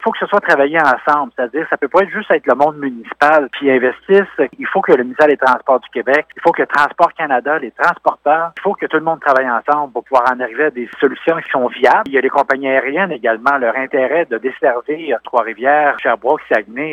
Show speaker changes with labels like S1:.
S1: Il faut que ce soit travaillé ensemble, c'est-à-dire ça peut pas être le monde municipal qui investisse. Il faut que le ministère des Transports du Québec, il faut que Transport Canada, les transporteurs, il faut que tout le monde travaille ensemble pour pouvoir en arriver à des solutions qui sont viables. Il y a les compagnies aériennes également, leur intérêt de desservir Trois-Rivières, Sherbrooke, Saguenay,